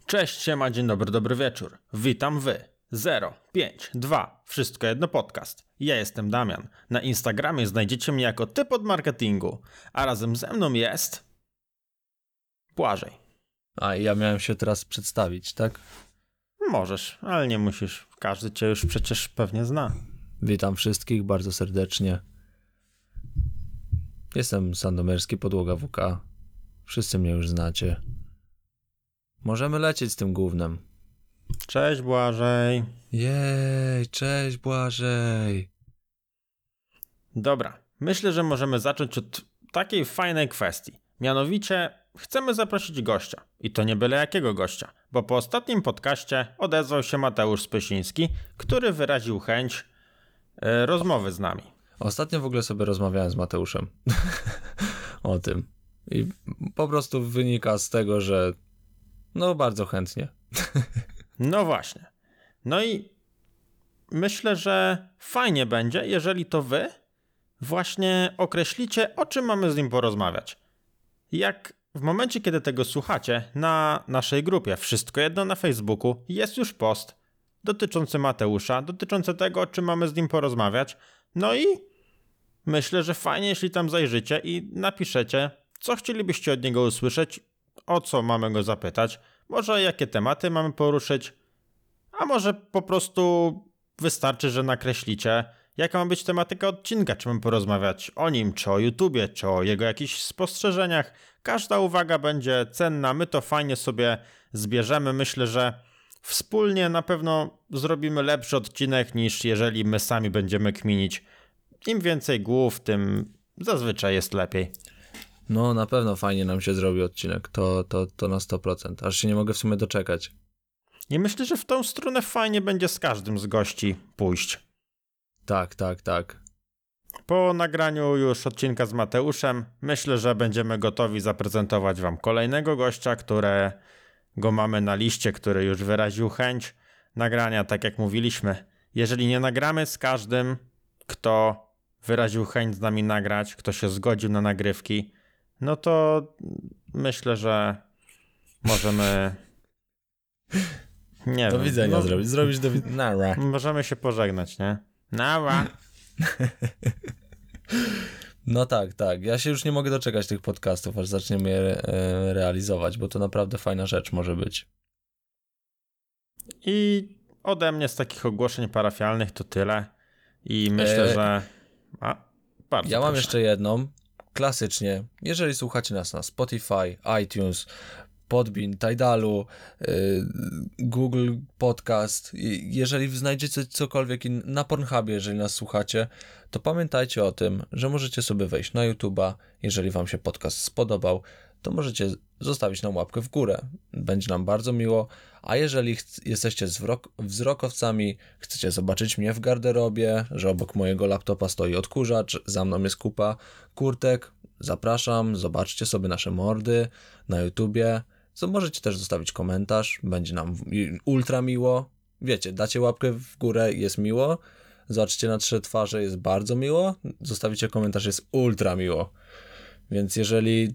Cześć, siema, dzień dobry, dobry wieczór. Witam wy. 052 Wszystko jedno podcast. Ja jestem Damian. Na Instagramie znajdziecie mnie jako typ od marketingu, a razem ze mną jest... Błażej. A ja miałem się teraz przedstawić, tak? Możesz, ale nie musisz. Każdy cię już przecież pewnie zna. Witam wszystkich bardzo serdecznie. Jestem Sandomierski, Podłoga WK. Wszyscy mnie już znacie. Możemy lecieć z tym gównem. Cześć, Błażej. Jej, cześć Błażej. Dobra, myślę, że możemy zacząć od takiej fajnej kwestii. Mianowicie chcemy zaprosić gościa. I to nie byle jakiego gościa, bo po ostatnim podcaście odezwał się Mateusz Spysiński, który wyraził chęć rozmowy z nami. Ostatnio w ogóle sobie rozmawiałem z Mateuszem o tym. I po prostu wynika z tego, że no bardzo chętnie. No właśnie. No i myślę, że fajnie będzie, jeżeli to wy właśnie określicie, o czym mamy z nim porozmawiać. Jak w momencie, kiedy tego słuchacie, na naszej grupie Wszystko Jedno na Facebooku jest już post dotyczący Mateusza, dotyczący tego, o czym mamy z nim porozmawiać. No i myślę, że fajnie, jeśli tam zajrzycie i napiszecie, co chcielibyście od niego usłyszeć, o co mamy go zapytać, może jakie tematy mamy poruszyć, a może po prostu wystarczy, że nakreślicie, jaka ma być tematyka odcinka, czy mamy porozmawiać o nim, czy o YouTubie, czy o jego jakichś spostrzeżeniach. Każda uwaga będzie cenna, my to fajnie sobie zbierzemy. Myślę, że wspólnie na pewno zrobimy lepszy odcinek, niż jeżeli my sami będziemy kminić. Im więcej głów, tym zazwyczaj jest lepiej. No na pewno fajnie nam się zrobi odcinek, to na 100%, aż się nie mogę w sumie doczekać. I myślę, że w tą stronę fajnie będzie z każdym z gości pójść. Tak. Po nagraniu już odcinka z Mateuszem, myślę, że będziemy gotowi zaprezentować wam kolejnego gościa, którego mamy na liście, który już wyraził chęć nagrania, tak jak mówiliśmy. Jeżeli nie nagramy z każdym, kto wyraził chęć z nami nagrać, kto się zgodził na nagrywki, no to myślę, że możemy... Nie do wiem, widzenia zrobić do widzenia. Nara. Możemy się pożegnać, nie? Nara. No tak. Ja się już nie mogę doczekać tych podcastów, aż zaczniemy je realizować, bo to naprawdę fajna rzecz może być. I ode mnie z takich ogłoszeń parafialnych to tyle. I myślę, że... bardzo ja mam proszę. jeszcze jedną. Klasycznie, jeżeli słuchacie nas na Spotify, iTunes, Podbean, Tidalu, Google Podcast, jeżeli znajdziecie cokolwiek na Pornhubie, jeżeli nas słuchacie, to pamiętajcie o tym, że możecie sobie wejść na YouTube'a, jeżeli wam się podcast spodobał, to zostawić nam łapkę w górę. Będzie nam bardzo miło, a jeżeli jesteście wzrokowcami, chcecie zobaczyć mnie w garderobie, że obok mojego laptopa stoi odkurzacz, za mną jest kupa kurtek, zapraszam, zobaczcie sobie nasze mordy na YouTubie, co możecie też zostawić komentarz, będzie nam ultra miło. Wiecie, dacie łapkę w górę, jest miło, zobaczcie na 3 twarze, jest bardzo miło, zostawicie komentarz, jest ultra miło. Więc jeżeli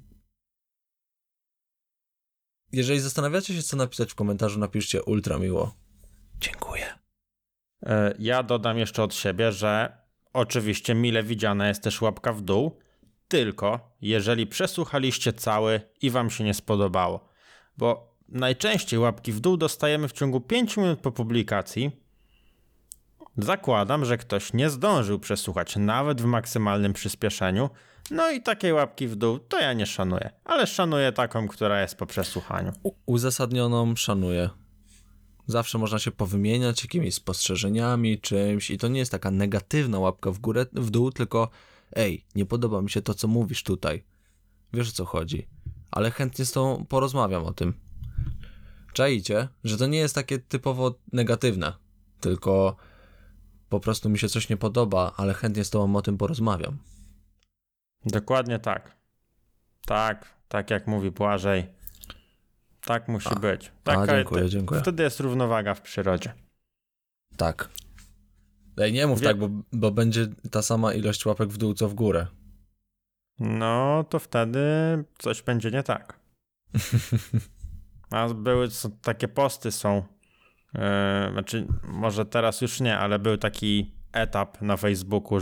zastanawiacie się, co napisać w komentarzu, napiszcie ultra miło. Dziękuję. Ja dodam jeszcze od siebie, że oczywiście mile widziana jest też łapka w dół, tylko jeżeli przesłuchaliście cały i wam się nie spodobało. Bo najczęściej łapki w dół dostajemy w ciągu 5 minut po publikacji. Zakładam, że ktoś nie zdążył przesłuchać nawet w maksymalnym przyspieszeniu. No i takiej łapki w dół to ja nie szanuję, ale szanuję taką, która jest po przesłuchaniu. Uzasadnioną szanuję. Zawsze można się powymieniać jakimiś spostrzeżeniami, czymś i to nie jest taka negatywna łapka w dół, tylko ej, nie podoba mi się to, co mówisz tutaj. Wiesz, o co chodzi. Ale chętnie z tobą porozmawiam o tym. Czaicie, że to nie jest takie typowo negatywne, tylko po prostu mi się coś nie podoba, ale chętnie z tobą o tym porozmawiam. Dokładnie tak. Tak jak mówi Błażej. Tak musi być. Dziękuję. Wtedy jest równowaga w przyrodzie. Tak. Ej, nie mów tak, bo będzie ta sama ilość łapek w dół, co w górę. No, to wtedy coś będzie nie tak. A były takie posty są, znaczy może teraz już nie, ale był taki etap na Facebooku,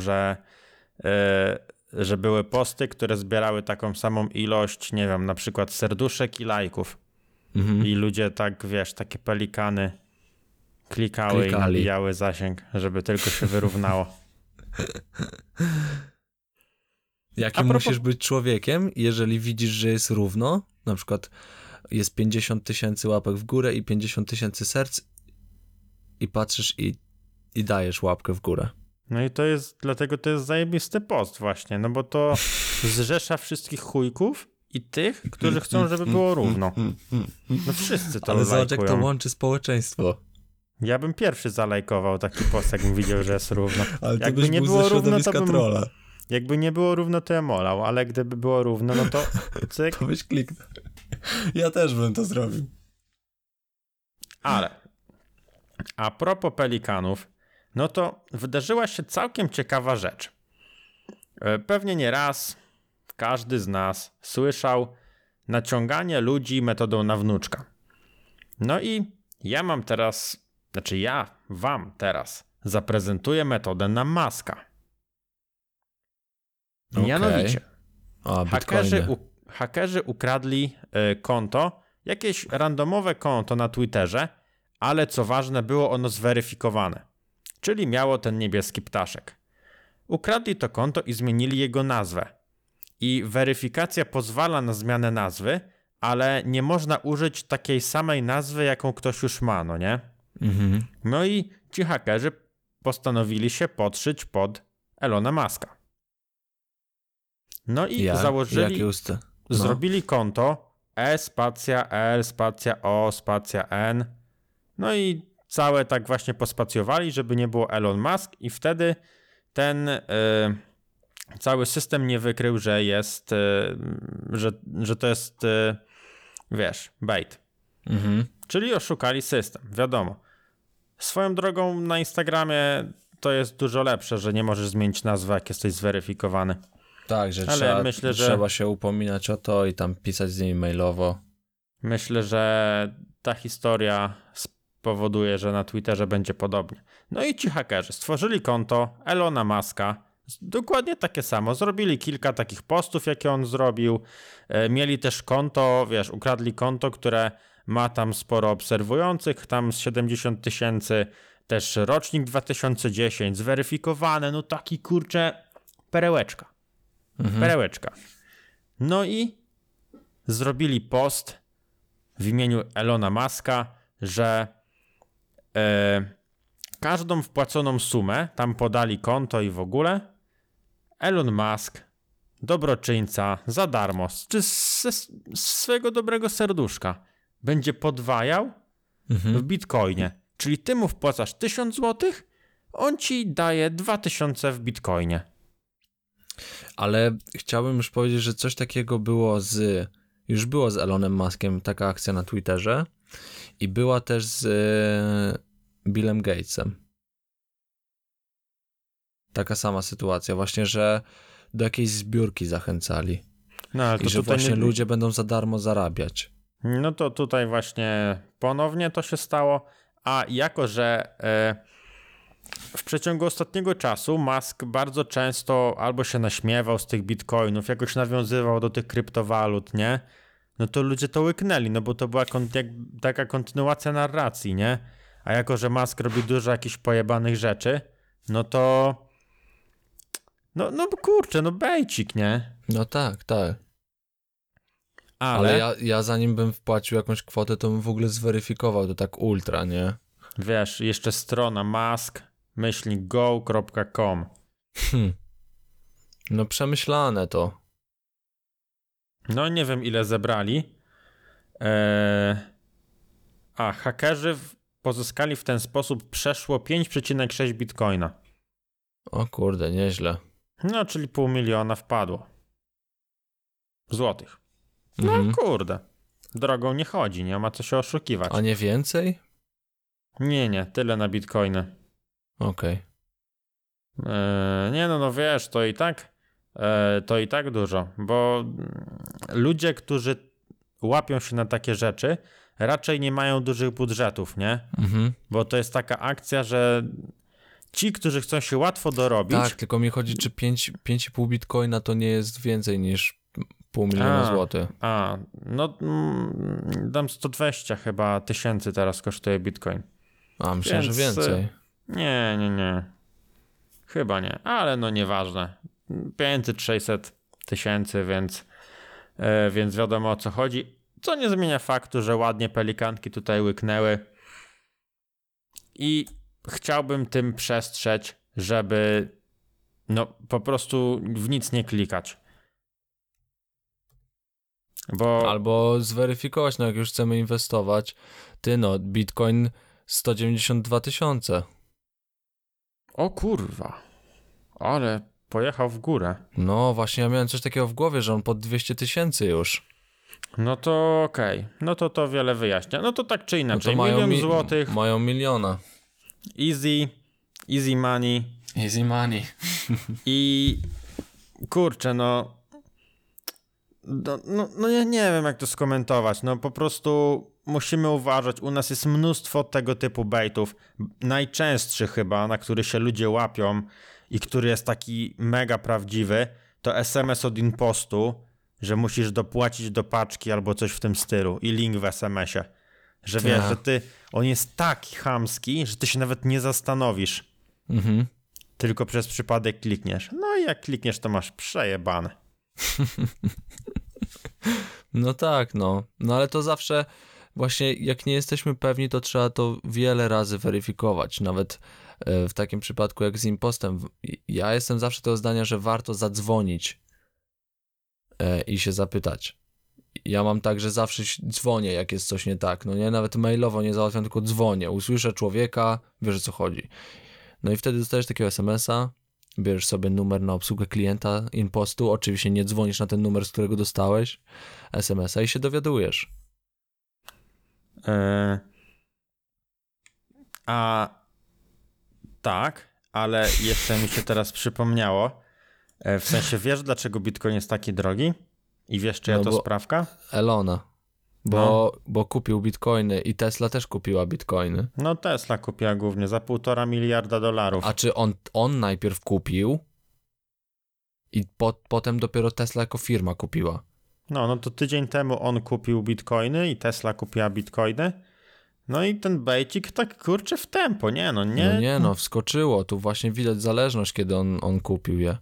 że były posty, które zbierały taką samą ilość, nie wiem, na przykład serduszek i lajków. I ludzie tak, wiesz, takie pelikany klikali. I nabijały zasięg, żeby tylko się wyrównało. Jakim musisz być człowiekiem, jeżeli widzisz, że jest równo, na przykład jest 50 000 łapek w górę i 50 000 serc i patrzysz i dajesz łapkę w górę. No i dlatego to jest zajebisty post właśnie, no bo to zrzesza wszystkich chujków i tych, którzy chcą, żeby było równo. No wszyscy to Ale zobacz, lajkują. jak to łączy społeczeństwo. Ja bym pierwszy zalajkował taki post, jakbym widział, że jest równo. Ale to jakby byś nie był było ze równo, to środowiska bym... trolla. Jakby nie było równo, to ja molał, ale gdyby było równo, no to cyk. To byś kliknął. Ja też bym to zrobił. Ale a propos pelikanów, no to wydarzyła się całkiem ciekawa rzecz. Pewnie nie raz każdy z nas słyszał naciąganie ludzi metodą na wnuczka. No i ja wam teraz zaprezentuję metodę na Muska. Mianowicie, hakerzy ukradli konto, jakieś randomowe konto na Twitterze, ale co ważne, było ono zweryfikowane, czyli miało ten niebieski ptaszek. Ukradli to konto i zmienili jego nazwę. I weryfikacja pozwala na zmianę nazwy, ale nie można użyć takiej samej nazwy, jaką ktoś już ma, no nie? No i ci hakerzy postanowili się podszyć pod Elona Muska. No i zrobili konto E_L_O_N. No i całe tak właśnie pospacjowali, żeby nie było Elon Musk i wtedy ten cały system nie wykrył, że jest, że to jest, wiesz, bait. Czyli oszukali system, wiadomo. Swoją drogą na Instagramie to jest dużo lepsze, że nie możesz zmienić nazwy, jak jesteś zweryfikowany. Tak, że myślę, trzeba się upominać o to i tam pisać z nimi mailowo. Myślę, że ta historia spowoduje, że na Twitterze będzie podobnie. No i ci hakerzy stworzyli konto Elona Muska, dokładnie takie samo. Zrobili kilka takich postów, jakie on zrobił. Mieli też konto, wiesz, ukradli konto, które ma tam sporo obserwujących, tam z 70 000, też rocznik 2010, zweryfikowane, no taki kurczę, perełeczka. Perełeczka. No i zrobili post w imieniu Elona Muska, że każdą wpłaconą sumę, tam podali konto i w ogóle, Elon Musk, dobroczyńca, za darmo, czy z swojego dobrego serduszka, będzie podwajał w bitcoinie. Czyli ty mu wpłacasz 1000 złotych, on ci daje 2000 w bitcoinie. Ale chciałbym już powiedzieć, że coś takiego już było z Elonem Muskiem, taka akcja na Twitterze i była też z Billem Gatesem. Taka sama sytuacja, właśnie, że do jakiejś zbiórki zachęcali. No, ale to i że właśnie ludzie będą za darmo zarabiać. No to tutaj właśnie ponownie to się stało, a jako, że w przeciągu ostatniego czasu Musk bardzo często albo się naśmiewał z tych bitcoinów, jakoś nawiązywał do tych kryptowalut, nie? No to ludzie to łyknęli, no bo to była taka kontynuacja narracji, nie? A jako, że Musk robi dużo jakichś pojebanych rzeczy, no to no kurczę, no bejcik, nie? No tak, tak. Ale ja zanim bym wpłacił jakąś kwotę, to bym w ogóle zweryfikował to tak ultra, nie? Wiesz, jeszcze strona musk-go.com. No przemyślane to. No nie wiem, ile zebrali. Hakerzy pozyskali w ten sposób przeszło 5,6 bitcoina. O kurde, nieźle. No, czyli 500 000 wpadło. Złotych. No kurde. Drogą nie chodzi, nie ma co się oszukiwać. A nie więcej? Nie, tyle na bitcoiny. Okej. Nie no wiesz, to i tak dużo, bo ludzie, którzy łapią się na takie rzeczy, raczej nie mają dużych budżetów, nie? Mhm. Bo to jest taka akcja, że ci, którzy chcą się łatwo dorobić... Tak, tylko mi chodzi, czy 5,5 bitcoina to nie jest więcej niż $500 000 złotych. No dam 120 chyba tysięcy teraz kosztuje bitcoin. A, myślę, że więcej. Nie. Chyba nie, ale no nieważne. 500-600 tysięcy, więc wiadomo o co chodzi. Co nie zmienia faktu, że ładnie pelikanki tutaj łyknęły. I chciałbym tym przestrzec, żeby no po prostu w nic nie klikać. Albo zweryfikować, no jak już chcemy inwestować, bitcoin 192 000. O kurwa, ale pojechał w górę. No właśnie, ja miałem coś takiego w głowie, że on pod 200 000 już. No to okej. No to wiele wyjaśnia. No to tak czy inaczej, no to milion złotych. Mają miliona. Easy money. Easy money. I kurczę, no ja nie wiem jak to skomentować. No po prostu musimy uważać. U nas jest mnóstwo tego typu baitów. Najczęstszy chyba, na który się ludzie łapią i który jest taki mega prawdziwy, to SMS od impostu, że musisz dopłacić do paczki albo coś w tym stylu i link w SMS-ie. Że wiesz, że on jest taki chamski, że ty się nawet nie zastanowisz. Mhm. Tylko przez przypadek klikniesz. No i jak klikniesz, to masz przejebane. No tak, no. No ale to zawsze właśnie jak nie jesteśmy pewni, to trzeba to wiele razy weryfikować. Nawet w takim przypadku jak z impostem. Ja jestem zawsze tego zdania, że warto zadzwonić i się zapytać. Ja mam tak, że zawsze dzwonię, jak jest coś nie tak. No nie, nawet mailowo nie załatwiam, tylko dzwonię. Usłyszę człowieka, wiesz o co chodzi. No i wtedy dostajesz takiego SMS-a, bierzesz sobie numer na obsługę klienta impostu, oczywiście nie dzwonisz na ten numer, z którego dostałeś SMS-a i się dowiadujesz. Tak, ale jeszcze mi się teraz przypomniało, w sensie wiesz dlaczego Bitcoin jest taki drogi? I wiesz czyja to sprawka? Elona. Bo kupił bitcoiny i Tesla też kupiła bitcoiny. No Tesla kupiła głównie za $1,5 miliarda. A czy on najpierw kupił i potem dopiero Tesla jako firma kupiła? No to tydzień temu on kupił bitcoiny i Tesla kupiła bitcoiny. No i ten bejcik tak kurczę w tempo, wskoczyło. Tu właśnie widać zależność, kiedy on kupił je.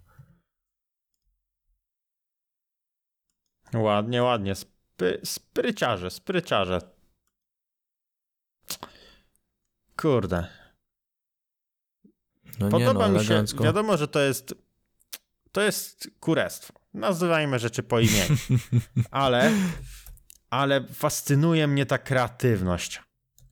Ładnie. Spryciarze. Kurde. Podoba mi się, wiadomo, że to jest kurestwo. Nazywajmy rzeczy po imieniu. ale fascynuje mnie ta kreatywność.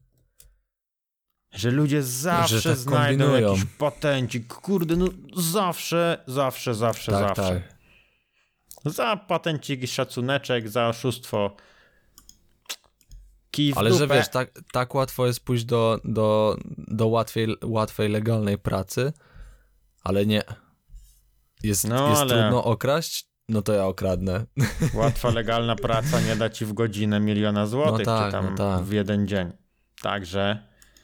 Że ludzie zawsze tak znajdą kombinują. jakiś patencik. Kurde, no zawsze. Tak. Za patencik i szacuneczek, za oszustwo. Kij w ale dupę. że wiesz, tak łatwo jest pójść do łatwej, legalnej pracy, ale nie. Jest trudno okraść, no to ja okradnę. Łatwa, legalna praca nie da ci w godzinę $1 000 000 złotych, czy tam w jeden dzień. Także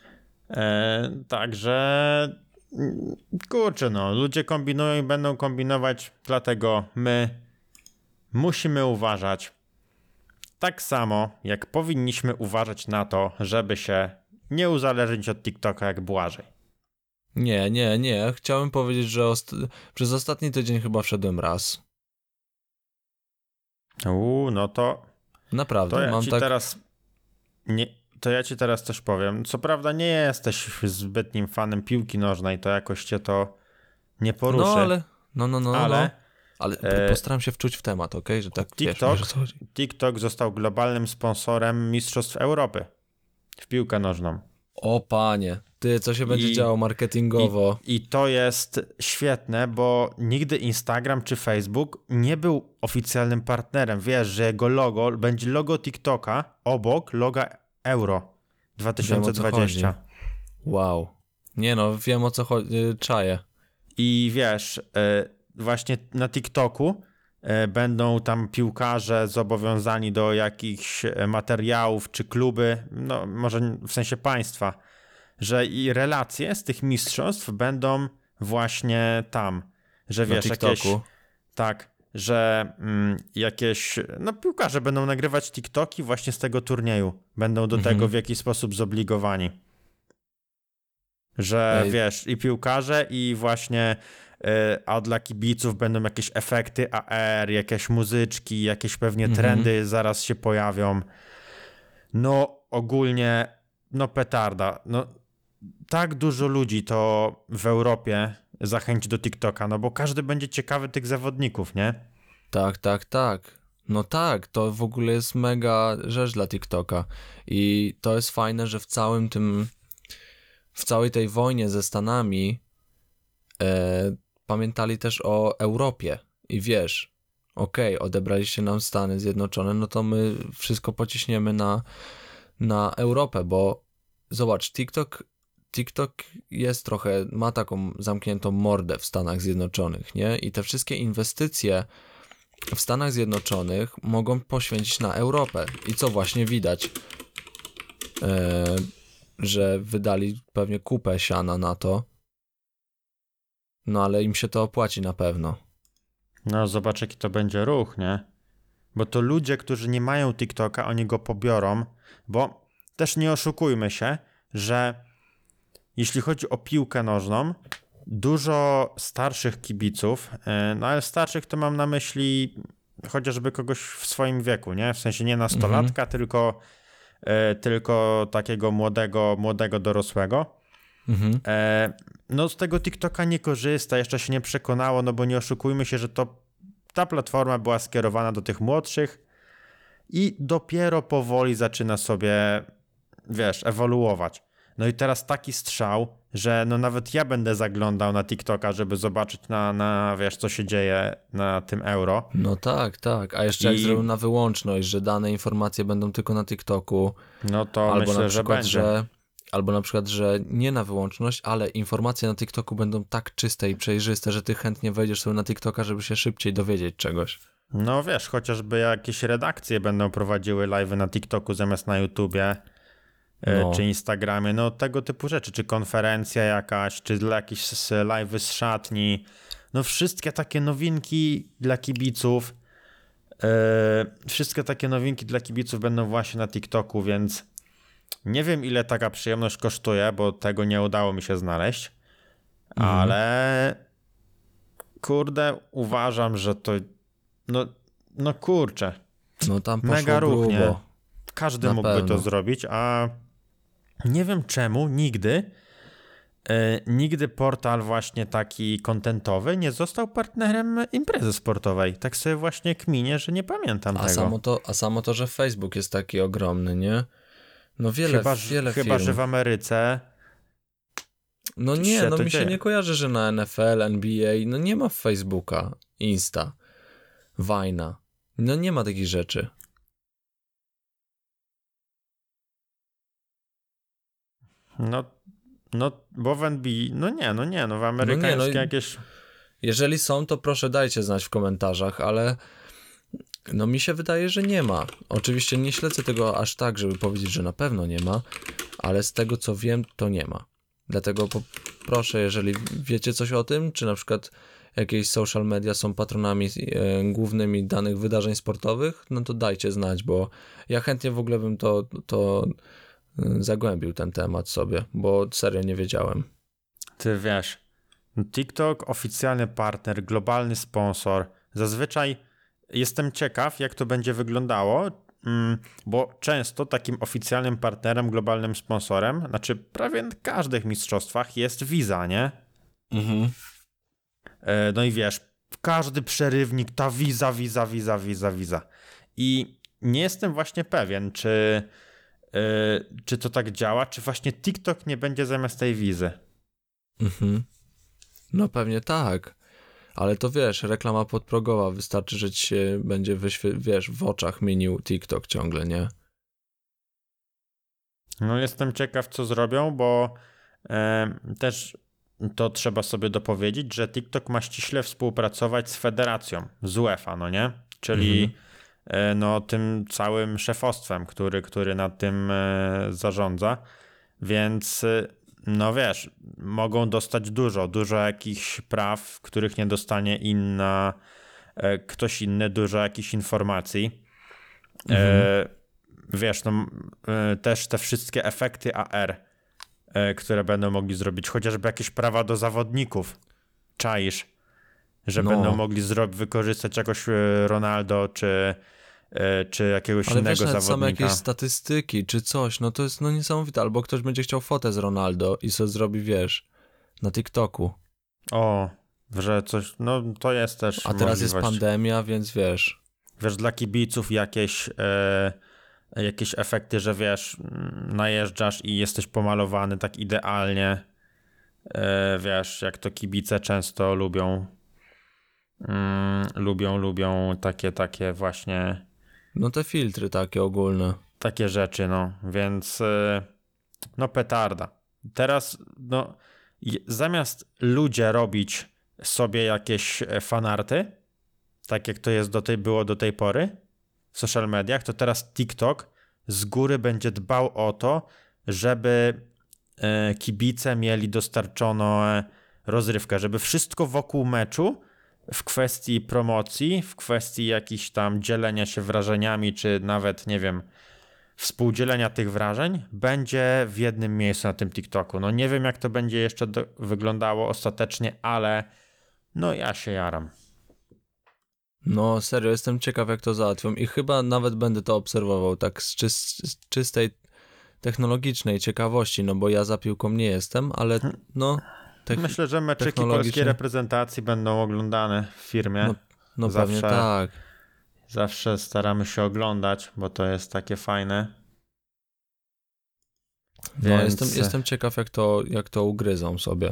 kurczę, no, ludzie kombinują i będą kombinować, dlatego my musimy uważać tak samo, jak powinniśmy uważać na to, żeby się nie uzależnić od TikToka jak Błażej. Nie. Chciałem powiedzieć, że przez ostatni tydzień chyba wszedłem raz. No to... Naprawdę, To ja ci teraz coś powiem. Co prawda nie jesteś zbytnim fanem piłki nożnej, to jakoś cię to nie poruszy. Ale postaram się wczuć w temat, okej? Że tak TikTok, wiesz, o co chodzi. TikTok został globalnym sponsorem Mistrzostw Europy w piłkę nożną. O panie, co się będzie działo marketingowo? I to jest świetne, bo nigdy Instagram czy Facebook nie był oficjalnym partnerem. Wiesz, że jego logo będzie logo TikToka obok loga Euro 2020. Wow. Nie no, wiem o co chodzi, czaję. I wiesz, właśnie na TikToku będą tam piłkarze zobowiązani do jakichś materiałów czy kluby, no może w sensie państwa, że i relacje z tych mistrzostw będą właśnie tam, że wiesz, jakieś tak, że jakieś, no piłkarze będą nagrywać TikToki właśnie z tego turnieju, będą do tego w jakiś sposób zobligowani. Że wiesz, i piłkarze, i właśnie a dla kibiców będą jakieś efekty AR, jakieś muzyczki, jakieś pewnie trendy zaraz się pojawią. No ogólnie, no petarda. No tak dużo ludzi to w Europie zachęci do TikToka, no bo każdy będzie ciekawy tych zawodników, nie? Tak. No tak, to w ogóle jest mega rzecz dla TikToka i to jest fajne, że w całej tej wojnie ze Stanami pamiętali też o Europie i wiesz, odebraliście nam Stany Zjednoczone, no to my wszystko pociśniemy na Europę, bo zobacz, TikTok jest trochę, ma taką zamkniętą mordę w Stanach Zjednoczonych, nie? I te wszystkie inwestycje w Stanach Zjednoczonych mogą poświęcić na Europę. I co właśnie widać? Że wydali pewnie kupę siana na to. No ale im się to opłaci na pewno. No zobacz, jaki to będzie ruch, nie? Bo to ludzie, którzy nie mają TikToka, oni go pobiorą, bo też nie oszukujmy się, że jeśli chodzi o piłkę nożną, dużo starszych kibiców, no ale starszych to mam na myśli chociażby kogoś w swoim wieku, nie? W sensie nie nastolatka, tylko takiego młodego dorosłego. No z tego TikToka nie korzysta, jeszcze się nie przekonało, no bo nie oszukujmy się, że ta platforma była skierowana do tych młodszych i dopiero powoli zaczyna sobie, wiesz, ewoluować. No i teraz taki strzał, że no nawet ja będę zaglądał na TikToka, żeby zobaczyć na wiesz, co się dzieje na tym euro. No tak. A jeszcze jak zrobią na wyłączność, że dane informacje będą tylko na TikToku. No to albo myślę, że będzie. Albo na przykład, że nie na wyłączność, ale informacje na TikToku będą tak czyste i przejrzyste, że ty chętnie wejdziesz sobie na TikToka, żeby się szybciej dowiedzieć czegoś. No wiesz, chociażby jakieś redakcje będą prowadziły live'y na TikToku zamiast na YouTubie. Czy Instagramie, no tego typu rzeczy, czy konferencja jakaś, czy jakieś live'y z szatni, no wszystkie takie nowinki dla kibiców, będą właśnie na TikToku, więc nie wiem, ile taka przyjemność kosztuje, bo tego nie udało mi się znaleźć, ale kurde, uważam, że to no kurczę, no tam poszło mega ruch, nie? Każdy mógłby pewno to zrobić, a nie wiem czemu nigdy portal właśnie taki kontentowy nie został partnerem imprezy sportowej. Tak sobie właśnie kminię, że nie pamiętam tego. Samo to, że Facebook jest taki ogromny, nie? No wiele firm. Chyba, że w Ameryce. No nie, mi się nie kojarzy, że na NFL, NBA, no nie ma Facebooka, Insta, Vine'a. No nie ma takich rzeczy. No, bo w NBA, w amerykańskie jakieś... Jeżeli są, to proszę dajcie znać w komentarzach, ale no mi się wydaje, że nie ma. Oczywiście nie śledzę tego aż tak, żeby powiedzieć, że na pewno nie ma, ale z tego co wiem, to nie ma. Dlatego proszę, jeżeli wiecie coś o tym, czy na przykład jakieś social media są patronami głównymi danych wydarzeń sportowych, no to dajcie znać, bo ja chętnie w ogóle bym to zagłębił ten temat sobie, bo serio nie wiedziałem. Ty wiesz, TikTok, oficjalny partner, globalny sponsor. Zazwyczaj jestem ciekaw, jak to będzie wyglądało, bo często takim oficjalnym partnerem, globalnym sponsorem, znaczy prawie na każdych mistrzostwach jest Visa, nie? No i wiesz, każdy przerywnik, ta Visa. I nie jestem właśnie pewien, czy to tak działa, czy właśnie TikTok nie będzie zamiast tej wizy. No pewnie tak, ale to wiesz, reklama podprogowa, wystarczy, że ci się będzie w oczach mienił TikTok ciągle, nie? No jestem ciekaw, co zrobią, bo też to trzeba sobie dopowiedzieć, że TikTok ma ściśle współpracować z federacją, z UEFA, no nie? Czyli no tym całym szefostwem, który nad tym zarządza, więc no wiesz, mogą dostać dużo jakichś praw, których nie dostanie ktoś inny, dużo jakichś informacji. Wiesz, no też te wszystkie efekty AR, które będą mogli zrobić, chociażby jakieś prawa do zawodników, czaisz, że będą mogli wykorzystać jakoś Ronaldo, czy jakiegoś ale innego wiesz, nawet zawodnika. same jakieś statystyki, czy coś, no to jest no niesamowite. Albo ktoś będzie chciał fotę z Ronaldo i co zrobi, wiesz, na TikToku. O, że coś, no to jest też A teraz jest możliwość. pandemia, więc wiesz. Wiesz, dla kibiców jakieś efekty, że wiesz, najeżdżasz i jesteś pomalowany tak idealnie. Wiesz, jak to kibice często lubią. Lubią takie właśnie No te filtry takie ogólne. takie rzeczy, no. Więc no petarda. Teraz no zamiast ludzie robić sobie jakieś fanarty, tak jak to jest było do tej pory w social mediach, to teraz TikTok z góry będzie dbał o to, żeby kibice mieli dostarczoną rozrywkę, żeby wszystko wokół meczu w kwestii promocji, w kwestii jakichś tam dzielenia się wrażeniami, czy nawet, nie wiem, współdzielenia tych wrażeń, będzie w jednym miejscu na tym TikToku. No nie wiem, jak to będzie jeszcze wyglądało ostatecznie, ale no ja się jaram. No serio, jestem ciekaw, jak to załatwią i chyba nawet będę to obserwował tak z czystej technologicznej ciekawości, no bo ja za piłką nie jestem, ale no... Myślę, że meczyki polskiej reprezentacji będą oglądane w firmie. No pewnie tak. Zawsze staramy się oglądać, bo to jest takie fajne. Więc... No jestem ciekaw, jak to ugryzą sobie.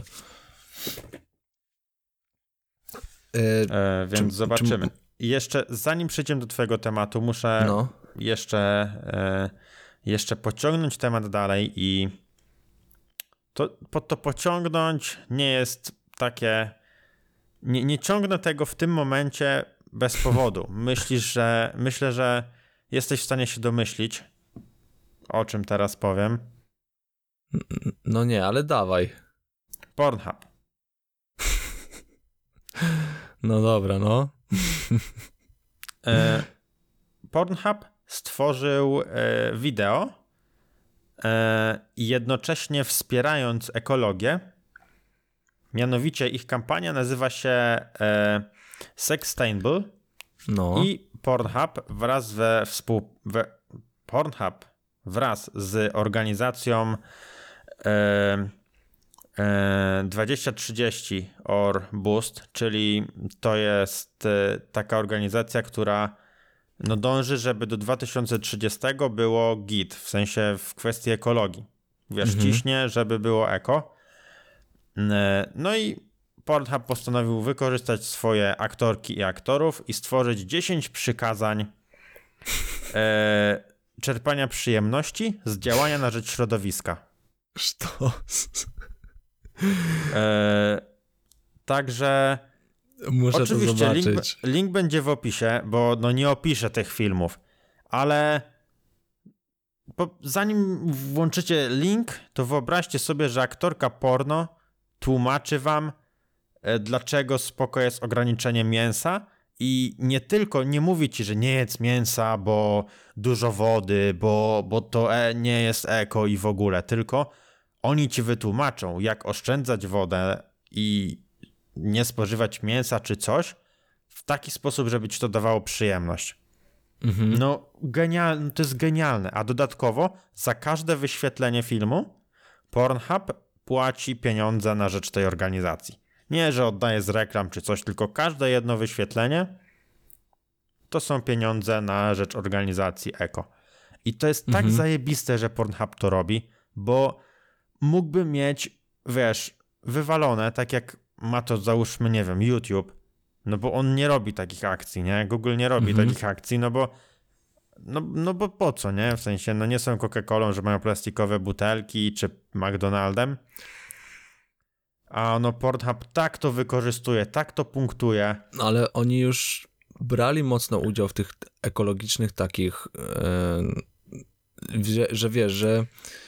Więc zobaczymy. I jeszcze zanim przejdziemy do twojego tematu, muszę jeszcze pociągnąć temat dalej i to pociągnąć nie jest takie... Nie ciągnę tego w tym momencie bez powodu. Myślę, że jesteś w stanie się domyślić, o czym teraz powiem. No nie, ale dawaj. Pornhub. No dobra, no. Pornhub stworzył wideo i jednocześnie wspierając ekologię. Mianowicie ich kampania nazywa się Sextainable. No. I Pornhub wraz z organizacją 2030 or Boost, czyli to jest taka organizacja, która no dąży, żeby do 2030 było git, w sensie w kwestii ekologii. Wiesz, ciśnie, żeby było eko. No i Pornhub postanowił wykorzystać swoje aktorki i aktorów i stworzyć 10 przykazań czerpania przyjemności z działania na rzecz środowiska. Sztos. Także muszę oczywiście to zobaczyć. Link będzie w opisie, bo no nie opiszę tych filmów, ale zanim włączycie link, to wyobraźcie sobie, że aktorka porno tłumaczy wam, dlaczego spoko jest ograniczenie mięsa i nie mówi ci, że nie jedz mięsa, bo dużo wody, bo to nie jest eko i w ogóle, tylko oni ci wytłumaczą, jak oszczędzać wodę i nie spożywać mięsa czy coś w taki sposób, żeby ci to dawało przyjemność. No genialne, to jest genialne, a dodatkowo za każde wyświetlenie filmu Pornhub płaci pieniądze na rzecz tej organizacji. Nie, że oddaje z reklam czy coś, tylko każde jedno wyświetlenie to są pieniądze na rzecz organizacji eko. I to jest tak zajebiste, że Pornhub to robi, bo mógłby mieć, wiesz, wywalone, tak jak ma to, załóżmy, nie wiem, YouTube, no bo on nie robi takich akcji, nie? Google nie robi takich akcji, no bo po co, nie? W sensie, no nie są Coca-Colą, że mają plastikowe butelki, czy McDonaldem. A no Pornhub tak to wykorzystuje, tak to punktuje. No ale oni już brali mocno udział w tych ekologicznych takich, że wiesz, że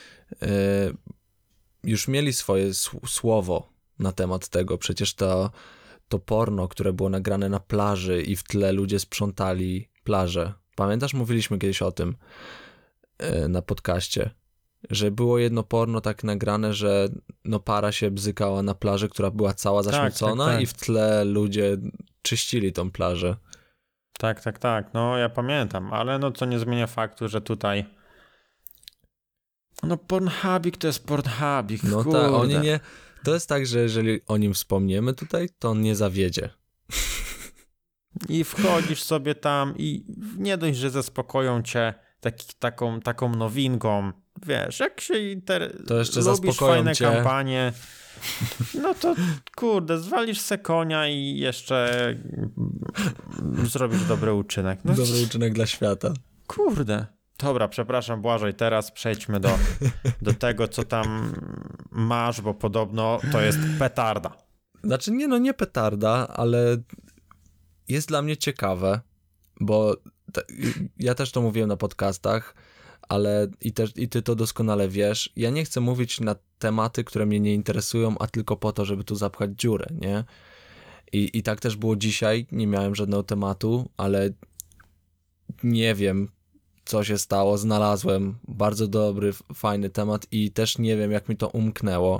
już mieli swoje słowo na temat tego. Przecież to porno, które było nagrane na plaży i w tle ludzie sprzątali plażę. Pamiętasz? Mówiliśmy kiedyś o tym na podcaście, że było jedno porno tak nagrane, że no para się bzykała na plaży, która była cała zaśmiecona tak. i w tle ludzie czyścili tą plażę. Tak, no ja pamiętam, ale no co nie zmienia faktu, że tutaj no Pornhubik to jest Pornhubik, No kurde. tak, oni nie... To jest tak, że jeżeli o nim wspomniemy tutaj, to on nie zawiedzie. I wchodzisz sobie tam i nie dość, że zaspokoją cię taką nowinką, wiesz, jak się To jeszcze lubisz zaspokoją fajne cię. kampanie, no to kurde, zwalisz se konia i jeszcze zrobisz dobry uczynek. No, Dobry uczynek dla świata. kurde. Dobra, przepraszam Błażej, teraz przejdźmy do tego, co tam masz, bo podobno to jest petarda. Znaczy nie petarda, ale jest dla mnie ciekawe, bo ja też to mówiłem na podcastach, ale i ty to doskonale wiesz. Ja nie chcę mówić na tematy, które mnie nie interesują, a tylko po to, żeby tu zapchać dziurę, nie? I tak też było dzisiaj, nie miałem żadnego tematu, ale nie wiem, co się stało, znalazłem bardzo dobry, fajny temat i też nie wiem, jak mi to umknęło.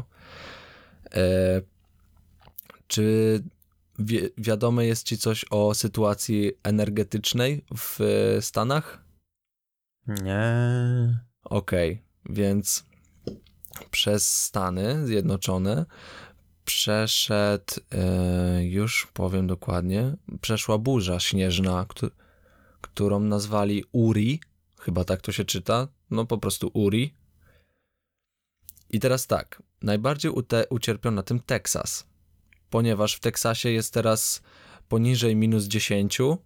Czy wiadome jest ci coś o sytuacji energetycznej w Stanach? Nie. Okej, więc przez Stany Zjednoczone już powiem dokładnie, przeszła burza śnieżna, którą nazwali Uri, chyba tak to się czyta, no po prostu Uri. I teraz tak, najbardziej ucierpiał na tym Teksas, ponieważ w Teksasie jest teraz poniżej -10.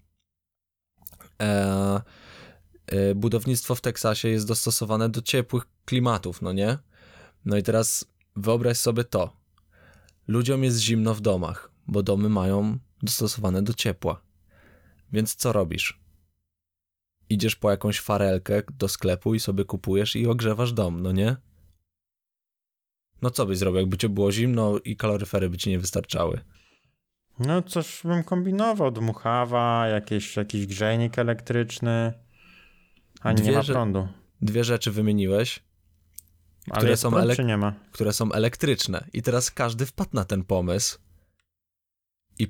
Budownictwo w Teksasie jest dostosowane do ciepłych klimatów, no nie? No i teraz wyobraź sobie to. Ludziom jest zimno w domach, bo domy mają dostosowane do ciepła. Więc co robisz? Idziesz po jakąś farelkę do sklepu i sobie kupujesz i ogrzewasz dom, no nie? No co byś zrobił, jakby cię było zimno i kaloryfery by ci nie wystarczały? No coś bym kombinował, dmuchawa, jakiś grzejnik elektryczny, a nie ma prądu. Dwie rzeczy wymieniłeś, Ale jest prąd, czy nie ma? które są elektryczne. I teraz każdy wpadł na ten pomysł i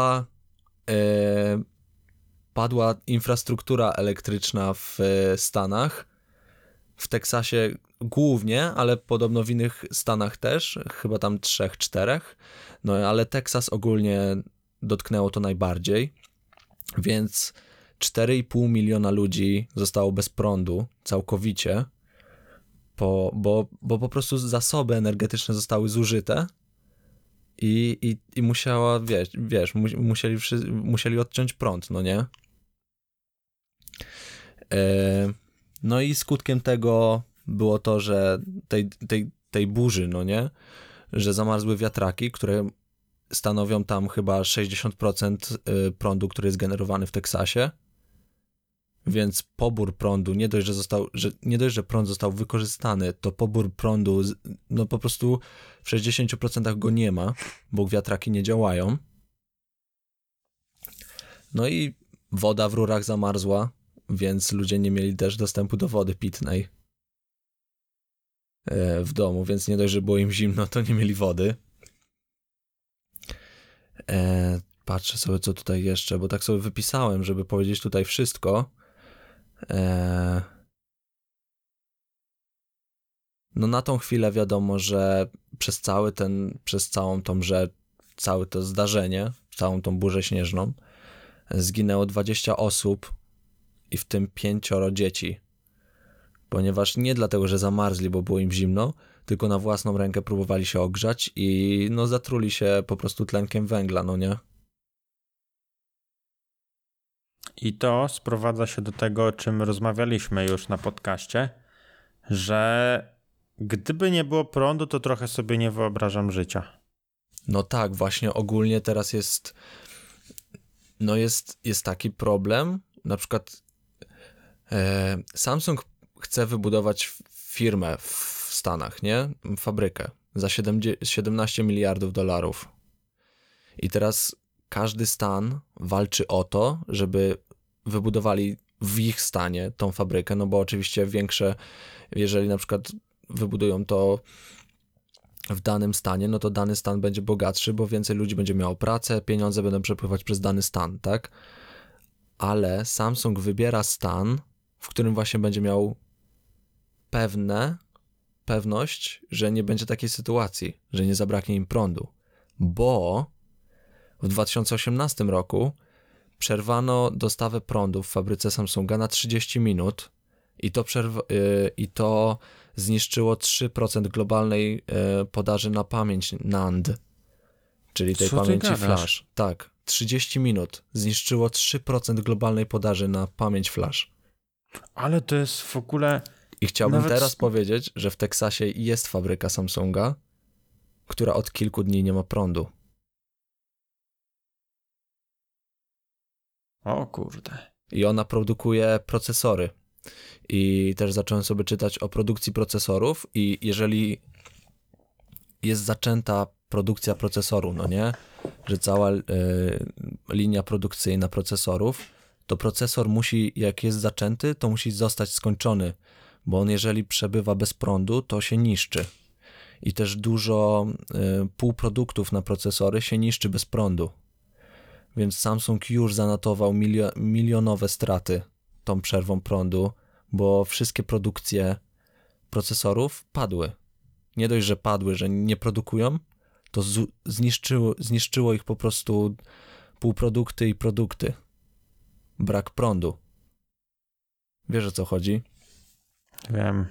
padła infrastruktura elektryczna w Stanach, w Teksasie głównie, ale podobno w innych stanach też, chyba tam 3-4, no ale Teksas ogólnie dotknęło to najbardziej, więc 4,5 miliona ludzi zostało bez prądu całkowicie, bo po prostu zasoby energetyczne zostały zużyte i musiała, wiesz, musieli odciąć prąd, no nie? No i skutkiem tego było to, że tej burzy, no nie, że zamarzły wiatraki, które stanowią tam chyba 60% prądu, który jest generowany w Teksasie, więc pobór prądu, nie dość, że prąd został wykorzystany, to pobór prądu, no po prostu w 60% go nie ma, bo wiatraki nie działają. No i woda w rurach zamarzła, więc ludzie nie mieli też dostępu do wody pitnej w domu, więc nie dość, że było im zimno, to nie mieli wody. Patrzę sobie, co tutaj jeszcze, bo tak sobie wypisałem, żeby powiedzieć tutaj wszystko. No na tą chwilę wiadomo, że przez całą tą rzecz, całe to zdarzenie, całą tą burzę śnieżną, zginęło 20 osób i w tym 5 dzieci. Ponieważ nie dlatego, że zamarzli, bo było im zimno, tylko na własną rękę próbowali się ogrzać i no zatruli się po prostu tlenkiem węgla, no nie? I to sprowadza się do tego, o czym rozmawialiśmy już na podcaście, że gdyby nie było prądu, to trochę sobie nie wyobrażam życia. No tak, właśnie ogólnie teraz jest taki problem, na przykład Samsung chce wybudować firmę w Stanach, nie? Fabrykę za 17 miliardów dolarów. I teraz każdy stan walczy o to, żeby wybudowali w ich stanie tą fabrykę, no bo oczywiście większe, jeżeli na przykład wybudują to w danym stanie, no to dany stan będzie bogatszy, bo więcej ludzi będzie miało pracę, pieniądze będą przepływać przez dany stan, tak? Ale Samsung wybiera stan, w którym właśnie będzie miał pewność, że nie będzie takiej sytuacji, że nie zabraknie im prądu, bo w 2018 roku przerwano dostawę prądu w fabryce Samsunga na 30 minut i to zniszczyło 3% globalnej podaży na pamięć NAND, czyli tej pamięci flash. Tak, 30 minut zniszczyło 3% globalnej podaży na pamięć flash. Ale to jest w ogóle... I chciałbym teraz powiedzieć, że w Teksasie jest fabryka Samsunga, która od kilku dni nie ma prądu. O kurde. I ona produkuje procesory. I też zacząłem sobie czytać o produkcji procesorów i jeżeli jest zaczęta produkcja procesoru, no nie, że cała linia produkcyjna procesorów, to procesor musi, jak jest zaczęty, to musi zostać skończony, bo on jeżeli przebywa bez prądu, to się niszczy. I też dużo półproduktów na procesory się niszczy bez prądu. Więc Samsung już zanotował milionowe straty tą przerwą prądu, bo wszystkie produkcje procesorów padły. Nie dość, że padły, że nie produkują, to zniszczyło ich po prostu półprodukty i produkty. Brak prądu. Wiesz, o co chodzi? Wiem.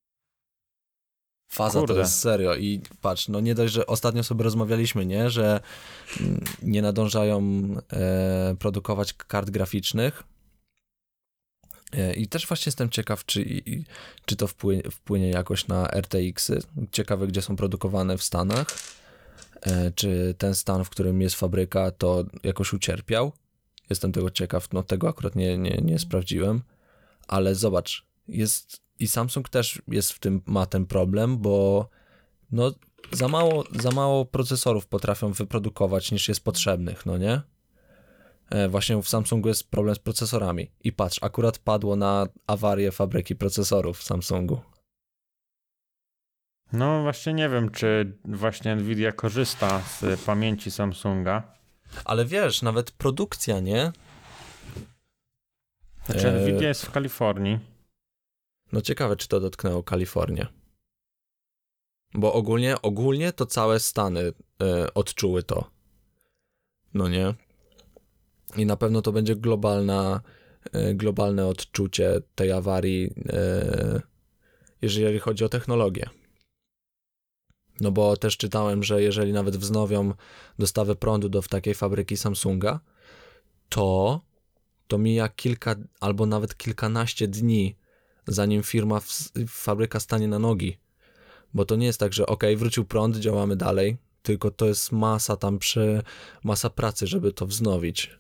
Faza Kurde. to jest serio i patrz, no nie dość, że ostatnio sobie rozmawialiśmy, nie, że nie nadążają produkować kart graficznych i też właśnie jestem ciekaw, czy to wpłynie jakoś na RTX-y. Ciekawe, gdzie są produkowane w Stanach, czy ten stan, w którym jest fabryka, to jakoś ucierpiał. Jestem tego ciekaw, no tego akurat nie sprawdziłem, ale zobacz, i Samsung też ma ten problem, bo no za mało procesorów potrafią wyprodukować niż jest potrzebnych, no nie? Właśnie w Samsungu jest problem z procesorami. I patrz, akurat padło na awarię fabryki procesorów w Samsungu. No właśnie nie wiem, czy właśnie Nvidia korzysta z pamięci Samsunga. Ale wiesz, nawet produkcja, nie? Znaczy Nvidia jest w Kalifornii. No ciekawe, czy to dotknęło Kalifornię. Bo ogólnie to całe Stany odczuły to. No nie? I na pewno to będzie globalne odczucie tej awarii, jeżeli chodzi o technologię. No bo też czytałem, że jeżeli nawet wznowią dostawę prądu do takiej fabryki Samsunga, to mija kilka albo nawet kilkanaście dni, zanim fabryka stanie na nogi. Bo to nie jest tak, że wrócił prąd, działamy dalej, tylko to jest masa pracy, żeby to wznowić.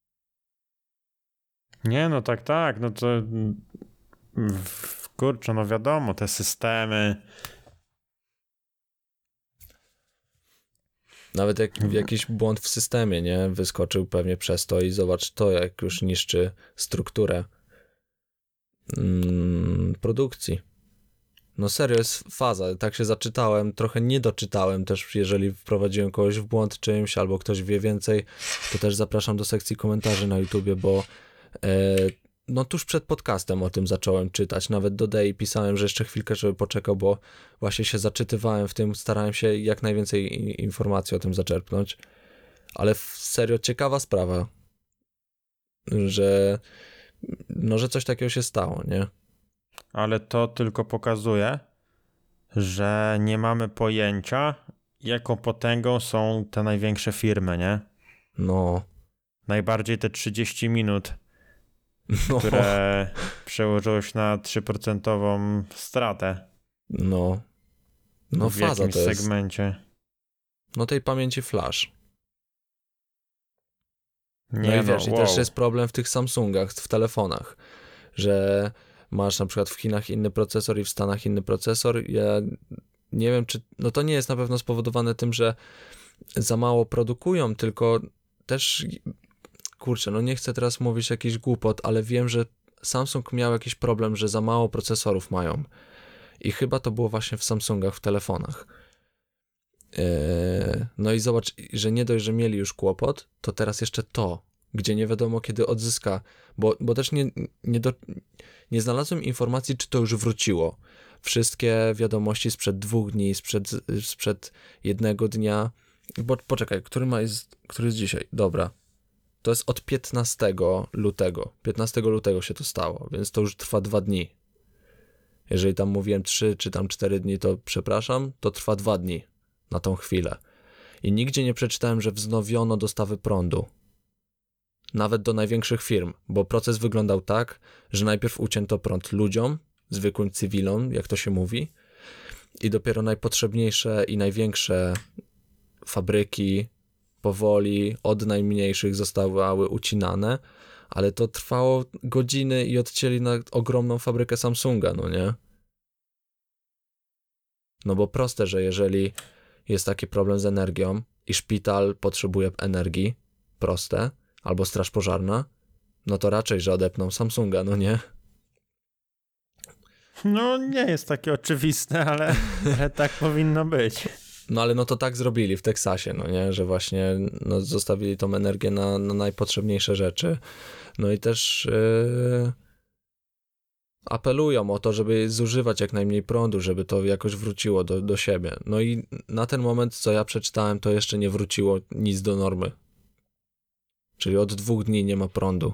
Nie, no tak, no to kurczę, no wiadomo, te systemy. Nawet jak jakiś błąd w systemie, nie? Wyskoczył pewnie przez to i zobacz to, jak już niszczy strukturę produkcji. No serio, jest faza. Tak się zaczytałem, trochę nie doczytałem też, jeżeli wprowadziłem kogoś w błąd czymś, albo ktoś wie więcej, to też zapraszam do sekcji komentarzy na YouTubie, bo no tuż przed podcastem o tym zacząłem czytać. Nawet do Dei pisałem, że jeszcze chwilkę, żeby poczekał, bo właśnie się zaczytywałem w tym, starałem się jak najwięcej informacji o tym zaczerpnąć. Ale serio ciekawa sprawa, że coś takiego się stało, nie? Ale to tylko pokazuje, że nie mamy pojęcia, jaką potęgą są te największe firmy, nie? No. Najbardziej te 30 minut, które przełożyło się na 3% stratę. No w faza jakimś to jest. segmencie. No tej pamięci flash. No Nie i wiesz, i wow. też jest problem w tych Samsungach, w telefonach, że masz na przykład w Chinach inny procesor i w Stanach inny procesor. Ja nie wiem, czy... No to nie jest na pewno spowodowane tym, że za mało produkują, tylko też... Kurczę, no nie chcę teraz mówić jakiś głupot, ale wiem, że Samsung miał jakiś problem, że za mało procesorów mają. I chyba to było właśnie w Samsungach, w telefonach. No i zobacz, że nie dość, że mieli już kłopot, to teraz jeszcze to, gdzie nie wiadomo kiedy odzyska, bo też nie znalazłem informacji, czy to już wróciło. Wszystkie wiadomości sprzed 2 dni, sprzed 1 dnia, bo poczekaj, który jest dzisiaj? Dobra. To jest od 15 lutego. 15 lutego się to stało, więc to już trwa 2 dni. Jeżeli tam mówiłem 3 czy tam 4 dni, to przepraszam, to trwa 2 dni na tą chwilę. I nigdzie nie przeczytałem, że wznowiono dostawy prądu. Nawet do największych firm, bo proces wyglądał tak, że najpierw ucięto prąd ludziom, zwykłym cywilom, jak to się mówi, i dopiero najpotrzebniejsze i największe fabryki powoli od najmniejszych zostały ucinane, ale to trwało godziny i odcięli na ogromną fabrykę Samsunga, no nie? No bo proste, że jeżeli jest taki problem z energią i szpital potrzebuje energii, proste, albo straż pożarna, no to raczej, że odepną Samsunga, no nie? No nie jest takie oczywiste, ale tak powinno być. No ale no to tak zrobili w Teksasie, no nie? Że właśnie no, zostawili tą energię na najpotrzebniejsze rzeczy. No i też apelują o to, żeby zużywać jak najmniej prądu, żeby to jakoś wróciło do siebie. No i na ten moment, co ja przeczytałem, to jeszcze nie wróciło nic do normy. Czyli od 2 dni nie ma prądu.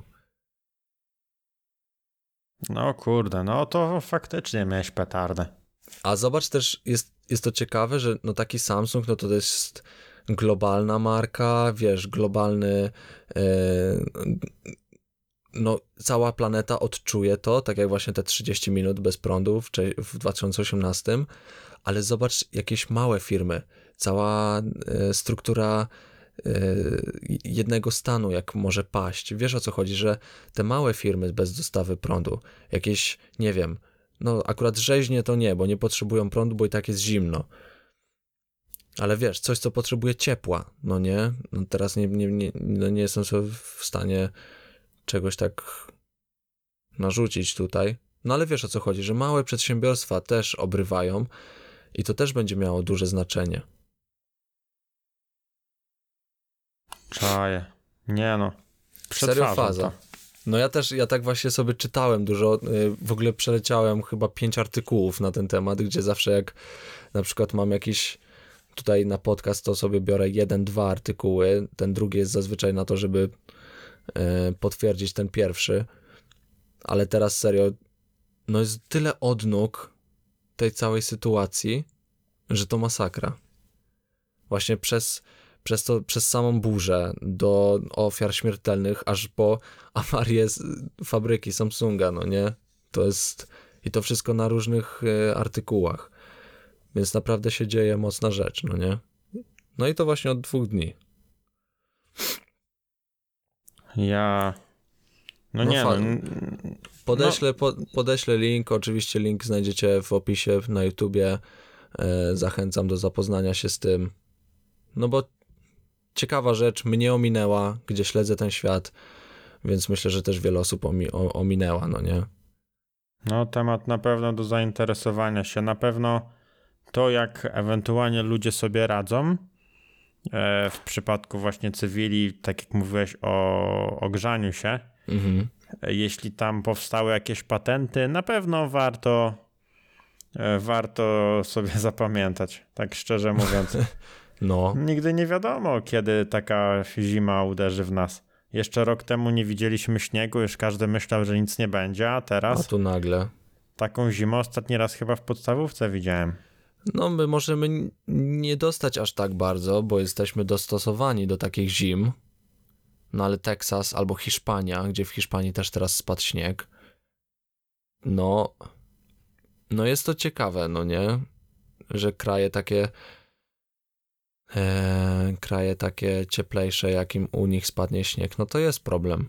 No kurde, no to faktycznie miałeś petardę. A zobacz też, jest to ciekawe, że no taki Samsung, no to jest globalna marka, wiesz, globalny, no cała planeta odczuje to, tak jak właśnie te 30 minut bez prądu w 2018, ale zobacz jakieś małe firmy, cała struktura jednego stanu, jak może paść. Wiesz o co chodzi, że te małe firmy bez dostawy prądu, jakieś, nie wiem, no akurat rzeźnie to nie, bo nie potrzebują prądu, bo i tak jest zimno. Ale wiesz, coś co potrzebuje ciepła, no nie? No teraz nie jestem sobie w stanie czegoś tak narzucić tutaj. No ale wiesz o co chodzi, że małe przedsiębiorstwa też obrywają i to też będzie miało duże znaczenie. Czaję. Nie no. Serio faza. To. No ja tak właśnie sobie czytałem dużo, w ogóle przeleciałem chyba 5 artykułów na ten temat, gdzie zawsze jak na przykład mam jakiś tutaj na podcast, to sobie biorę 1-2 artykuły, ten drugi jest zazwyczaj na to, żeby potwierdzić ten pierwszy, ale teraz serio, no jest tyle odnóg tej całej sytuacji, że to masakra. Właśnie przez samą burzę do ofiar śmiertelnych, aż po awarię fabryki Samsunga, no nie? To jest... I to wszystko na różnych artykułach. Więc naprawdę się dzieje mocna rzecz, no nie? No i to właśnie od 2 dni. No nie no. Podeślę link, oczywiście link znajdziecie w opisie na YouTubie. Zachęcam do zapoznania się z tym. No bo ciekawa rzecz mnie ominęła, gdzie śledzę ten świat, więc myślę, że też wiele osób ominęła, no nie? No temat na pewno do zainteresowania się. Na pewno to, jak ewentualnie ludzie sobie radzą w przypadku właśnie cywili, tak jak mówiłeś o ogrzaniu się. Mhm. Jeśli tam powstały jakieś patenty, na pewno warto sobie zapamiętać, tak szczerze mówiąc. No. Nigdy nie wiadomo, kiedy taka zima uderzy w nas. Jeszcze rok temu nie widzieliśmy śniegu, już każdy myślał, że nic nie będzie, a teraz... A tu nagle. Taką zimę ostatni raz chyba w podstawówce widziałem. No my możemy nie dostać aż tak bardzo, bo jesteśmy dostosowani do takich zim. No ale Teksas albo Hiszpania, gdzie w Hiszpanii też teraz spadł śnieg. No jest to ciekawe, no nie? Że kraje takie kraje takie cieplejsze, jakim u nich spadnie śnieg, no to jest problem.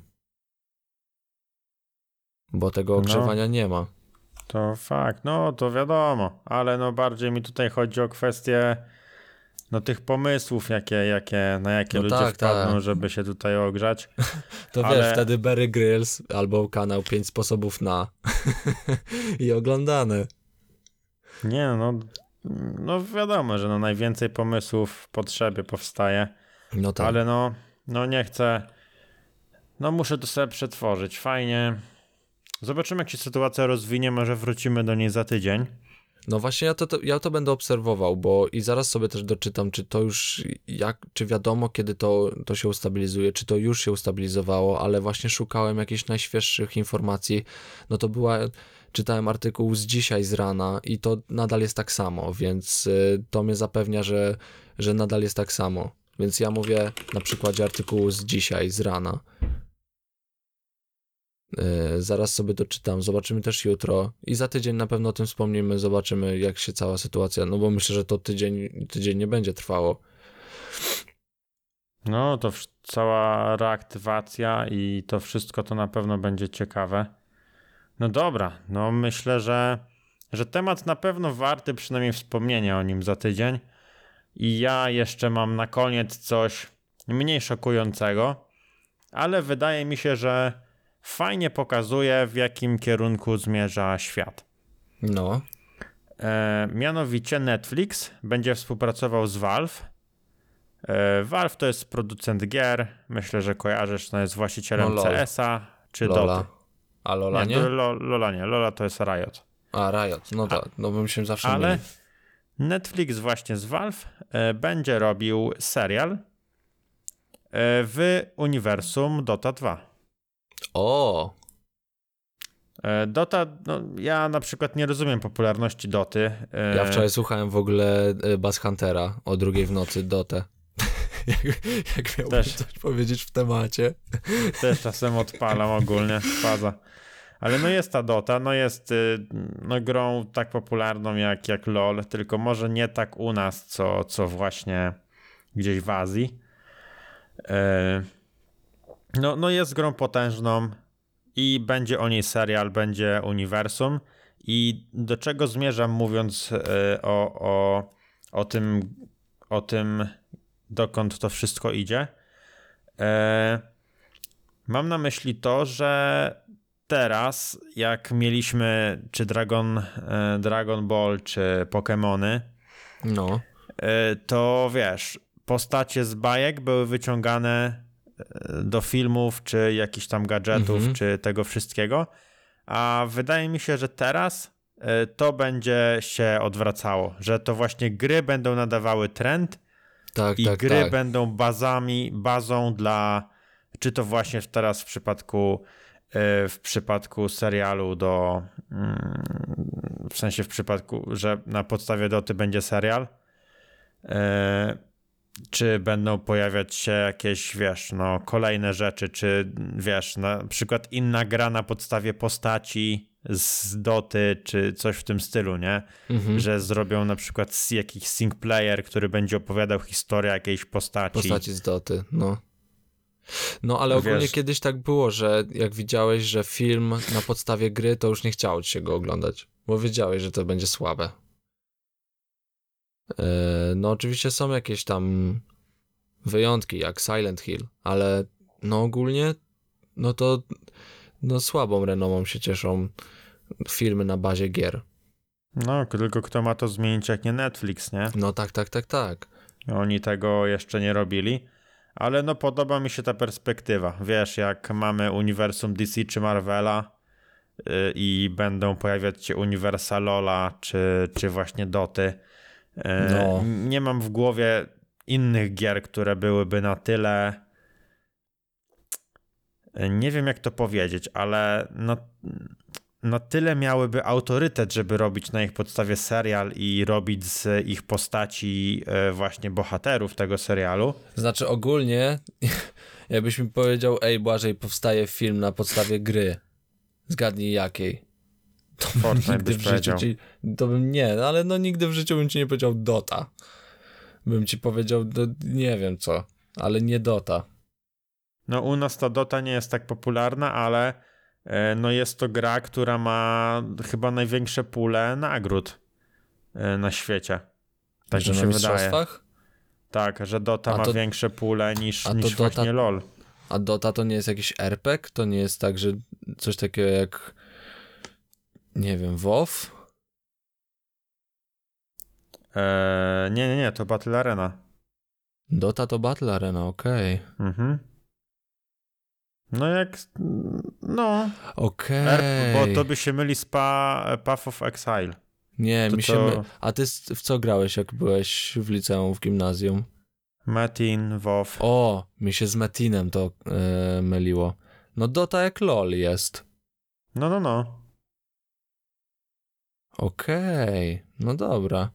Bo tego ogrzewania nie ma. To fakt, no to wiadomo, ale no bardziej mi tutaj chodzi o kwestię no tych pomysłów, na jakie No ludzie tak, wpadną, tak. żeby się tutaj ogrzać. To ale... wiesz, wtedy Bear Grylls albo kanał 5 sposobów na i oglądane. Nie, no wiadomo, że no najwięcej pomysłów w potrzebie powstaje, No tak. ale no nie chcę, no muszę to sobie przetworzyć, fajnie. Zobaczymy, jak się sytuacja rozwinie, może wrócimy do niej za tydzień. No właśnie ja to będę obserwował, bo i zaraz sobie też doczytam, czy to już, czy wiadomo, kiedy to się ustabilizuje, czy to już się ustabilizowało, ale właśnie szukałem jakichś najświeższych informacji, no to czytałem artykuł z dzisiaj z rana i to nadal jest tak samo, więc to mnie zapewnia, że nadal jest tak samo. Więc ja mówię na przykładzie artykułu z dzisiaj z rana. Zaraz sobie doczytam, zobaczymy też jutro i za tydzień na pewno o tym wspomnimy, zobaczymy jak się cała sytuacja, no bo myślę, że to tydzień nie będzie trwało. No to cała reaktywacja i to wszystko to na pewno będzie ciekawe. No dobra, no myślę, że temat na pewno warty przynajmniej wspomnienia o nim za tydzień. I ja jeszcze mam na koniec coś mniej szokującego, ale wydaje mi się, że fajnie pokazuje, w jakim kierunku zmierza świat. No. Mianowicie Netflix będzie współpracował z Valve. Valve to jest producent gier. Myślę, że kojarzysz, to jest właścicielem CS-a czy Lola. Doty. A Lola nie? Lola nie. Lola to jest Riot. A, Riot. No tak. No bym się zawsze Ale mylił. Netflix właśnie z Valve będzie robił serial w uniwersum Dota 2. O! Dota, no ja na przykład nie rozumiem popularności Doty. Ja wczoraj słuchałem w ogóle Bass Huntera o 2:00 w nocy Dotę. jak miałbym coś powiedzieć w temacie. Też czasem odpalam ogólnie, faza. Ale no jest ta Dota, no jest no grą tak popularną jak LoL, tylko może nie tak u nas, co właśnie gdzieś w Azji. No jest grą potężną i będzie o niej serial, będzie uniwersum. I do czego zmierzam, mówiąc o tym, dokąd to wszystko idzie? Mam na myśli to, że teraz, jak mieliśmy czy Dragon Ball, czy Pokemony, no, to wiesz, postacie z bajek były wyciągane do filmów, czy jakichś tam gadżetów, czy tego wszystkiego, a wydaje mi się, że teraz to będzie się odwracało, że to właśnie gry będą nadawały trend gry będą bazą dla, czy to właśnie teraz w przypadku serialu w sensie w przypadku, że na podstawie Doty będzie serial, czy będą pojawiać się jakieś, wiesz, no kolejne rzeczy, czy wiesz, na przykład inna gra na podstawie postaci z Doty, czy coś w tym stylu, nie? Że zrobią na przykład jakiś sync player, który będzie opowiadał historię jakiejś postaci z Doty, no. No, ale ogólnie kiedyś tak było, że jak widziałeś, że film na podstawie gry, to już nie chciało ci się go oglądać, bo wiedziałeś, że to będzie słabe. No oczywiście są jakieś tam wyjątki, jak Silent Hill, ale no ogólnie no to no słabą renomą się cieszą filmy na bazie gier. No, tylko kto ma to zmienić, jak nie Netflix, nie? No tak. Oni tego jeszcze nie robili, ale no podoba mi się ta perspektywa. Wiesz, jak mamy uniwersum DC czy Marvela i będą pojawiać się uniwersa Lola czy właśnie Doty. No. Nie mam w głowie innych gier, które byłyby na wiem jak to powiedzieć, ale na tyle miałyby autorytet, żeby robić na ich podstawie serial i robić z ich postaci właśnie bohaterów tego serialu. Znaczy ogólnie, jakbyś mi powiedział, ej Błażej, powstaje film na podstawie gry, zgadnij jakiej. To Fortnite byś powiedział. to bym nie, ale no nigdy w życiu bym ci nie powiedział Dota. bym ci powiedział, nie wiem co, ale nie Dota. No u nas ta Dota nie jest tak popularna, ale no jest to gra, która ma chyba największe pule nagród na świecie. Tak Że mi na się wydaje. mistrzostwach? Tak, że Dota ma większe pule niż Dota, właśnie LoL. A Dota to nie jest jakiś RPG? To nie jest tak, że coś takiego jak, nie wiem, WoW? Nie, to Battle Arena. Dota to Battle Arena, okej. Mhm. No jak... No. Okej. Bo to by się myli z Path of Exile. Nie, to mi się... A ty w co grałeś, jak byłeś w liceum, w gimnazjum? Metin, WoW. O, mi się z Metinem to myliło. No Dota jak LoL jest. No. Okej, no dobra.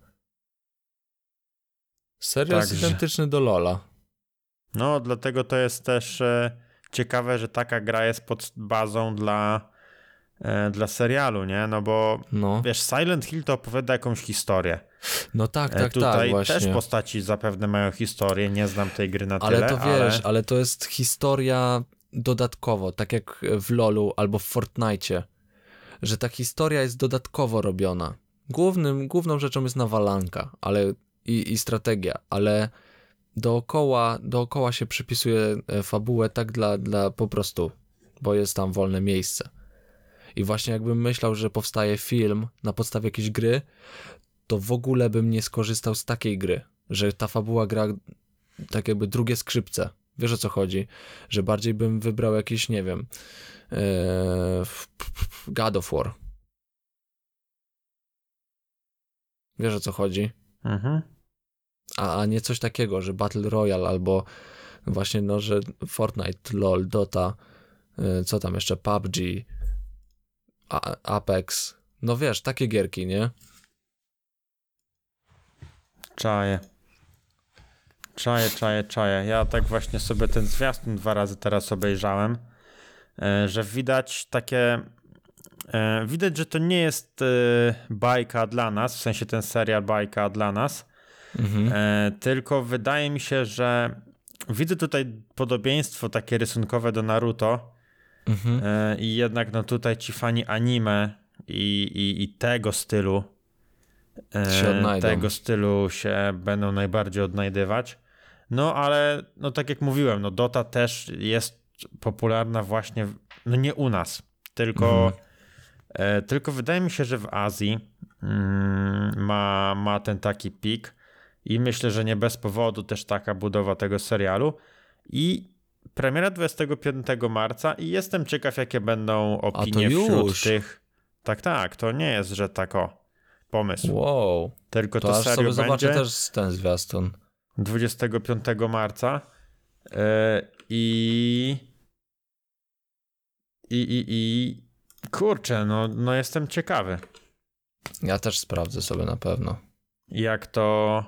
Serial jest Także. identyczny do LoLa. No, dlatego to jest też ciekawe, że taka gra jest pod bazą dla serialu, nie? No bo wiesz, Silent Hill to opowiada jakąś historię. No tak, Tutaj właśnie. też postaci zapewne mają historię, nie znam tej gry na ale tyle, to wiesz, ale to jest historia dodatkowo, tak jak w LoLu albo w Fortnite'cie, że ta historia jest dodatkowo robiona. Główną rzeczą jest nawalanka, ale i strategia, ale dookoła się przypisuje fabułę tak dla po prostu, bo jest tam wolne miejsce. I właśnie jakbym myślał, że powstaje film na podstawie jakiejś gry, to w ogóle bym nie skorzystał z takiej gry, że ta fabuła gra tak jakby drugie skrzypce. Wiesz o co chodzi? Że bardziej bym wybrał jakiś, nie wiem, God of War. Wiesz o co chodzi? Mhm. A nie coś takiego, że Battle Royale albo właśnie, no, że Fortnite, LoL, Dota, co tam jeszcze, PUBG, Apex. No wiesz, takie gierki, nie? Czaję. Ja tak właśnie sobie ten zwiastun 2 razy teraz obejrzałem, że widać takie... Widać, że to nie jest bajka dla nas, w sensie ten serial bajka dla nas, tylko wydaje mi się, że widzę tutaj podobieństwo takie rysunkowe do Naruto i jednak no tutaj ci fani anime i tego stylu się będą najbardziej odnajdywać. No ale no tak jak mówiłem, no Dota też jest popularna właśnie, no nie u nas, tylko wydaje mi się, że w Azji ma ten taki pik i myślę, że nie bez powodu też taka budowa tego serialu i premiera 25 marca i jestem ciekaw, jakie będą opinie wśród tych. Tak, to nie jest, że pomysł. Wow. Tylko to serio sobie będzie. Zobaczę też ten zwiastun. 25 marca kurczę, no jestem ciekawy. Ja też sprawdzę sobie na pewno. Jak to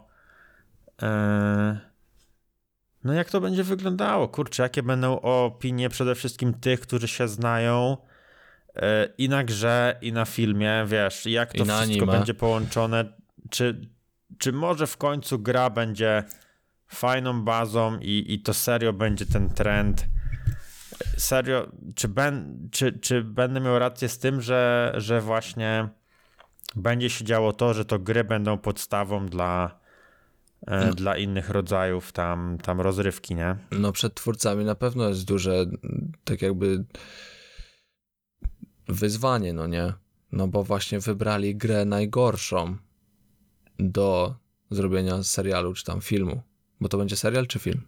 no jak to będzie wyglądało? Kurczę, jakie będą opinie przede wszystkim tych, którzy się znają i na grze, i na filmie, wiesz, jak to wszystko anime będzie połączone, czy może w końcu gra będzie fajną bazą i to serio będzie ten trend. Serio, czy będę miał rację z tym, że właśnie będzie się działo to, że to gry będą podstawą dla innych rodzajów tam rozrywki, nie? No przed twórcami na pewno jest duże tak jakby wyzwanie, no nie? No bo właśnie wybrali grę najgorszą do zrobienia serialu czy tam filmu. Bo to będzie serial czy film?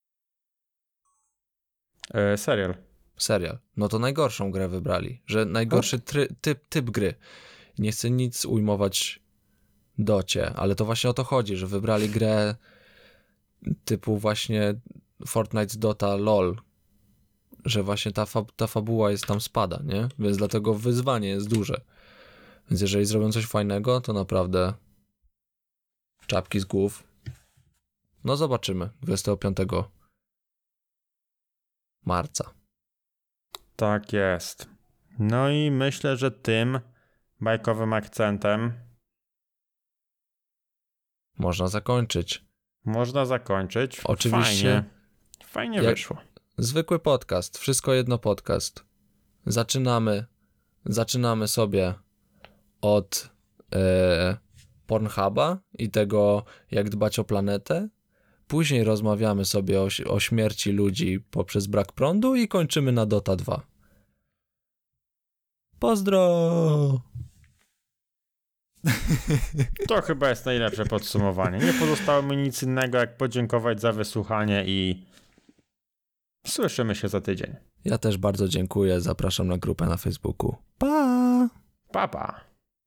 Serial. Serial. No to najgorszą grę wybrali. Że najgorszy typ gry. Nie chcę nic ujmować Docie, ale to właśnie o to chodzi, że wybrali grę typu właśnie Fortnite, Dota, LoL. Że właśnie ta fabuła jest tam spada, nie? Więc dlatego wyzwanie jest duże. Więc jeżeli zrobią coś fajnego, to naprawdę czapki z głów. No zobaczymy 25 marca. Tak jest. No i myślę, że tym bajkowym akcentem można zakończyć można zakończyć. Oczywiście. Fajnie wyszło. Zwykły podcast, wszystko jedno podcast. Zaczynamy sobie od Pornhuba i tego, jak dbać o planetę. Później rozmawiamy sobie o śmierci ludzi poprzez brak prądu i kończymy na Dota 2. Pozdro! To chyba jest najlepsze podsumowanie. Nie pozostało mi nic innego, jak podziękować za wysłuchanie i słyszymy się za tydzień. Ja też bardzo dziękuję. Zapraszam na grupę na Facebooku. Pa! Pa, pa.